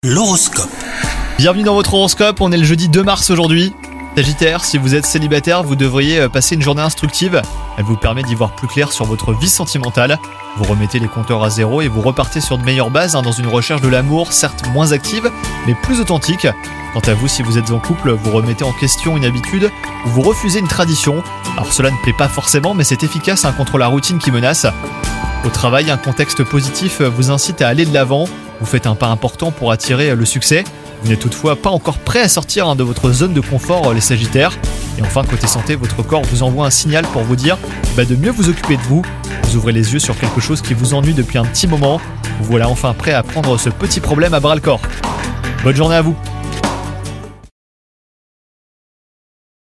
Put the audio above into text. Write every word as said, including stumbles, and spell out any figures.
L'horoscope. Bienvenue dans votre horoscope, on est le jeudi deux mars aujourd'hui. Sagittaire, si vous êtes célibataire, vous devriez passer une journée instructive. Elle vous permet d'y voir plus clair sur votre vie sentimentale. Vous remettez les compteurs à zéro et vous repartez sur de meilleures bases hein, dans une recherche de l'amour, certes moins active, mais plus authentique. Quant à vous, si vous êtes en couple, vous remettez en question une habitude ou vous refusez une tradition. Alors cela ne plaît pas forcément, mais c'est efficace hein, contre la routine qui menace. Au travail, un contexte positif vous incite à aller de l'avant. Vous faites un pas important pour attirer le succès. Vous n'êtes toutefois pas encore prêt à sortir hein, de votre zone de confort, les Sagittaires. Et enfin, côté santé, votre corps vous envoie un signal pour vous dire bah, de mieux vous occuper de vous. Vous ouvrez les yeux sur quelque chose qui vous ennuie depuis un petit moment. Vous voilà enfin prêt à prendre ce petit problème à bras le corps. Bonne journée à vous.